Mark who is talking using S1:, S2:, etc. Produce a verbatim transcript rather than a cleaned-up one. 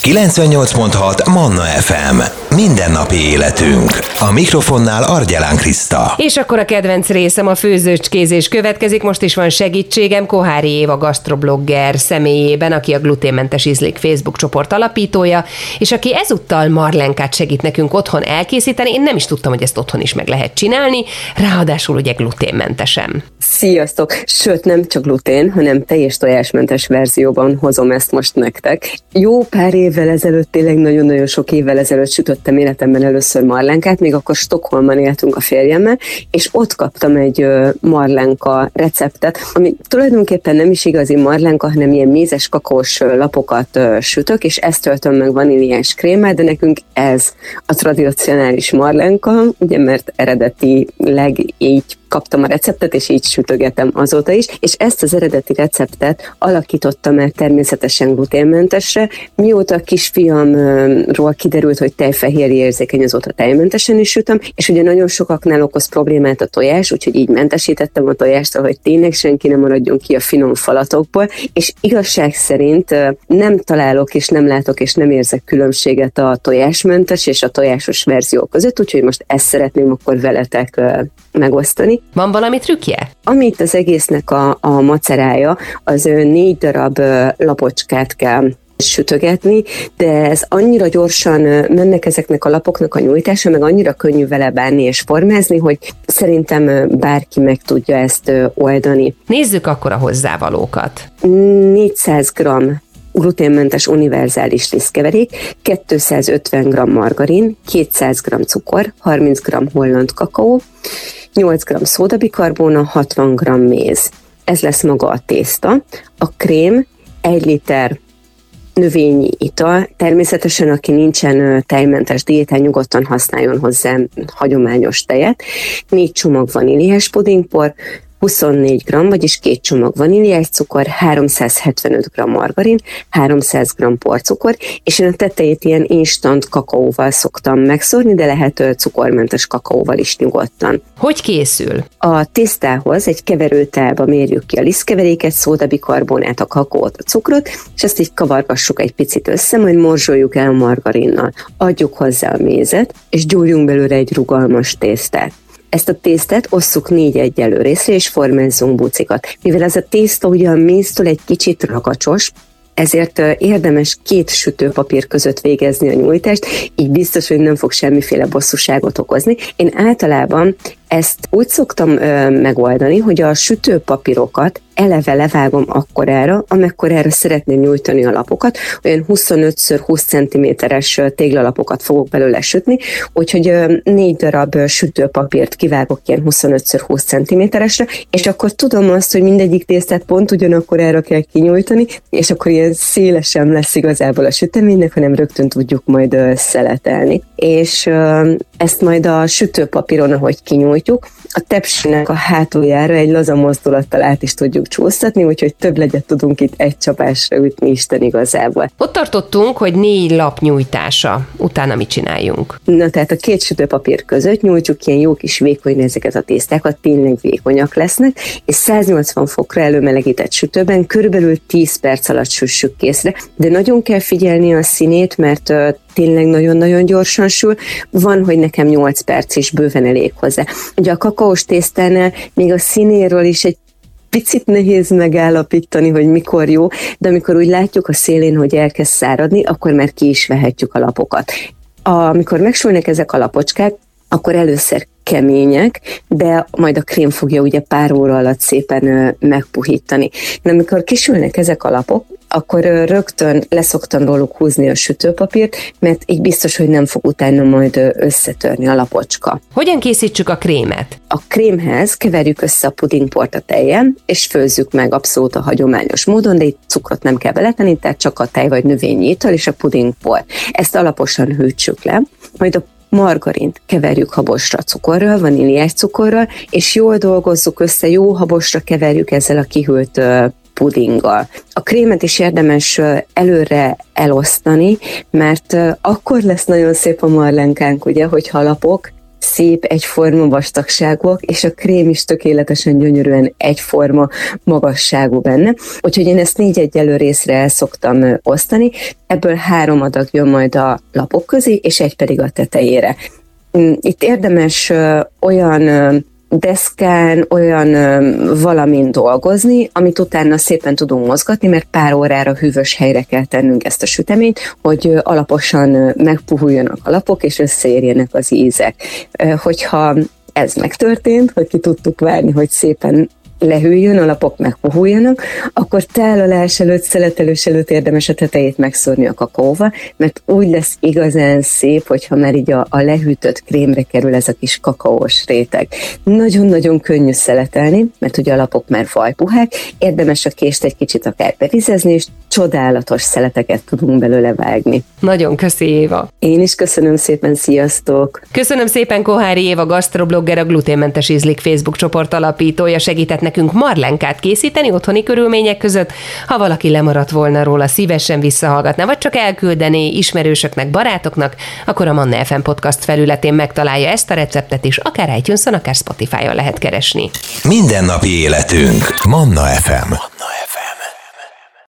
S1: kilencvennyolc pont hat Manna ef em. Mindennapi életünk. A mikrofonnál Argyelán Kriszta.
S2: És akkor a kedvenc részem, a főzőcskézés következik. Most is van segítségem Kohári Éva gasztroblogger személyében, aki a Gluténmentes Ízlék Facebook csoport alapítója, és aki ezúttal marlenkát segít nekünk otthon elkészíteni. Én nem is tudtam, hogy ezt otthon is meg lehet csinálni, ráadásul ugye gluténmentesen.
S3: Sziasztok! Sőt, nem csak glutén, hanem teljes tojásmentes verzióban hozom ezt most nektek. Jó pár évvel ezelőtt, tényleg nagyon-nagyon sok évvel ezelőtt sütöttem életemben először marlenkát, még akkor Stockholmban éltünk a férjemmel, és ott kaptam egy marlenka receptet, ami tulajdonképpen nem is igazi marlenka, hanem ilyen mézes kakaós lapokat sütök, és ezt töltöm meg vaníliás krémmel, de nekünk ez a tradicionális marlenka, ugye mert eredetileg így kaptam a receptet, és így sütögetem azóta is, és ezt az eredeti receptet alakítottam el természetesen gluténmentesre. Mióta a kisfiamról kiderült, hogy tejfehérje érzékeny, azóta tejmentesen is sütöm, és ugye nagyon sokaknál okoz problémát a tojás, úgyhogy így mentesítettem a tojástól, hogy tényleg senki nem maradjon ki a finom falatokból, és igazság szerint nem találok, és nem látok, és nem érzek különbséget a tojásmentes és a tojásos verzió között, úgyhogy most ezt szeretném akkor veletek megosztani.
S2: Van valami trükkje?
S3: Amit az egésznek a, a macerája, az négy darab lapocskát kell sütögetni, de ez annyira gyorsan mennek ezeknek a lapoknak a nyújtása, meg annyira könnyű vele bánni és formázni, hogy szerintem bárki meg tudja ezt oldani.
S2: Nézzük akkor a hozzávalókat.
S3: négyszáz gramm gluténmentes univerzális lisztkeverék, kétszázötven gramm margarin, kétszáz gramm cukor, harminc gramm holland kakaó, nyolc gramm szódabikarbóna, hatvan gramm méz. Ez lesz maga a tészta. A krém egy liter növényi ital. Természetesen, aki nincsen tejmentes diétán, nyugodtan használjon hozzá hagyományos tejet. négy csomag vaníliás pudingpor, huszonnégy gramm, vagyis két csomag vaníliás cukor, háromszázhetvenöt gramm margarin, háromszáz gramm porcukor, és én a tetejét ilyen instant kakaóval szoktam megszórni, de lehet cukormentes kakaóval is nyugodtan.
S2: Hogy készül?
S3: A tésztához egy keverőtálba mérjük ki a lisztkeveréket, szódabikarbonát, a kakaót, a cukrot, és ezt így kavargassuk egy picit össze, majd morzsoljuk el a margarinnal. Adjuk hozzá a mézet, és gyújjunk belőle egy rugalmas tésztát. Ezt a tésztát osszuk négy egyenlő részre, és formázzunk bucikat. Mivel ez a tészta ugye a méztől egy kicsit ragacsos, ezért érdemes két sütőpapír között végezni a nyújtást, így biztos, hogy nem fog semmiféle bosszúságot okozni. Én általában ezt úgy szoktam ö, megoldani, hogy a sütőpapírokat eleve levágom akkorára, amekkorára szeretném nyújtani a lapokat, olyan huszonöt szor húsz centiméteres téglalapokat fogok belőle sütni, úgyhogy ö, négy darab sütőpapírt kivágok ilyen huszonöt szor húsz centiméteresre, és akkor tudom azt, hogy mindegyik tésztát pont ugyanakkorára kell kinyújtani, és akkor ilyen szélesen lesz igazából a süteménynek, hanem rögtön tudjuk majd ö, szeletelni. És ö, ezt majd a sütőpapíron, ahogy kinyújtjuk, a tepsinek a hátuljára egy laza mozdulattal át is tudjuk csúsztatni, úgyhogy több legyet tudunk itt egy csapásra ütni Isten igazából.
S2: Ott tartottunk, hogy négy lap nyújtása. Utána mit csináljunk?
S3: Na, tehát a két sütőpapír között nyújtjuk ilyen jó kis vékony ezeket a tésztákat, tényleg vékonyak lesznek, és száznyolcvan fokra előmelegített sütőben körülbelül tíz perc alatt süssük készre, de nagyon kell figyelni a színét, mert tényleg nagyon-nagyon gyorsan sül. Van, hogy nekem nyolc perc is bőven elég hozzá. Ugye a kakaós tésztánál még a színéről is egy picit nehéz megállapítani, hogy mikor jó, de amikor úgy látjuk a szélén, hogy elkezd száradni, akkor már ki is vehetjük a lapokat. Amikor megsülnek ezek a lapocskák, akkor először kemények, de majd a krém fogja ugye pár óra alatt szépen megpuhítani. De amikor kisülnek ezek a lapok, akkor rögtön leszoktam róluk húzni a sütőpapírt, mert így biztos, hogy nem fog utána majd összetörni a lapocska.
S2: Hogyan készítsük a krémet?
S3: A krémhez keverjük össze a pudingport a tejjel, és főzzük meg abszolút a hagyományos módon, de itt cukrot nem kell beletenni, tehát csak a tej vagy növényi ital és a pudingpor. Ezt alaposan hűtsük le, majd a margarint keverjük habosra cukorral, vaníliás cukorral, és jól dolgozzuk össze, jó habosra keverjük ezzel a kihűlt pudinggal. A krémet is érdemes előre elosztani, mert akkor lesz nagyon szép a marlenkánk, ugye, hogyha a lapok szép, egyforma vastagságúak, és a krém is tökéletesen gyönyörűen egyforma magasságú benne. Úgyhogy én ezt négy egyelő részre el szoktam osztani, ebből három adag jön majd a lapok közé, és egy pedig a tetejére. Itt érdemes olyan deszkán, olyan valamin dolgozni, amit utána szépen tudunk mozgatni, mert pár órára hűvös helyre kell tennünk ezt a süteményt, hogy alaposan megpuhuljanak a lapok, és összeérjenek az ízek. Hogyha ez megtörtént, hogy ki tudtuk várni, hogy szépen lehűljön, a lapok megpuhuljanak, akkor tálalás előtt, szeletelős előtt érdemes a tetejét megszórni a kakaóval, mert úgy lesz igazán szép, hogyha már így a, a lehűtött krémre kerül ez a kis kakaós réteg. Nagyon-nagyon könnyű szeletelni, mert ugye a lapok már vajpuhák, érdemes a kést egy kicsit akár bevizezni, és csodálatos szeleteket tudunk belőle vágni.
S2: Nagyon köszi, Éva!
S3: Én is köszönöm szépen, sziasztok!
S2: Köszönöm szépen, Koháry Éva, gasztroblogger, a Gluténmentes Ízlik Facebook csoport alapítója, segített nekünk marlenkát készíteni otthoni körülmények között. Ha valaki lemaradt volna róla, szívesen visszahallgatná, vagy csak elküldené ismerősöknek, barátoknak, akkor a Manna ef em podcast felületén megtalálja ezt a receptet is, akár iTunes-on, akár Spotify-on lehet keresni.
S1: Mindennapi életünk. Manna ef em.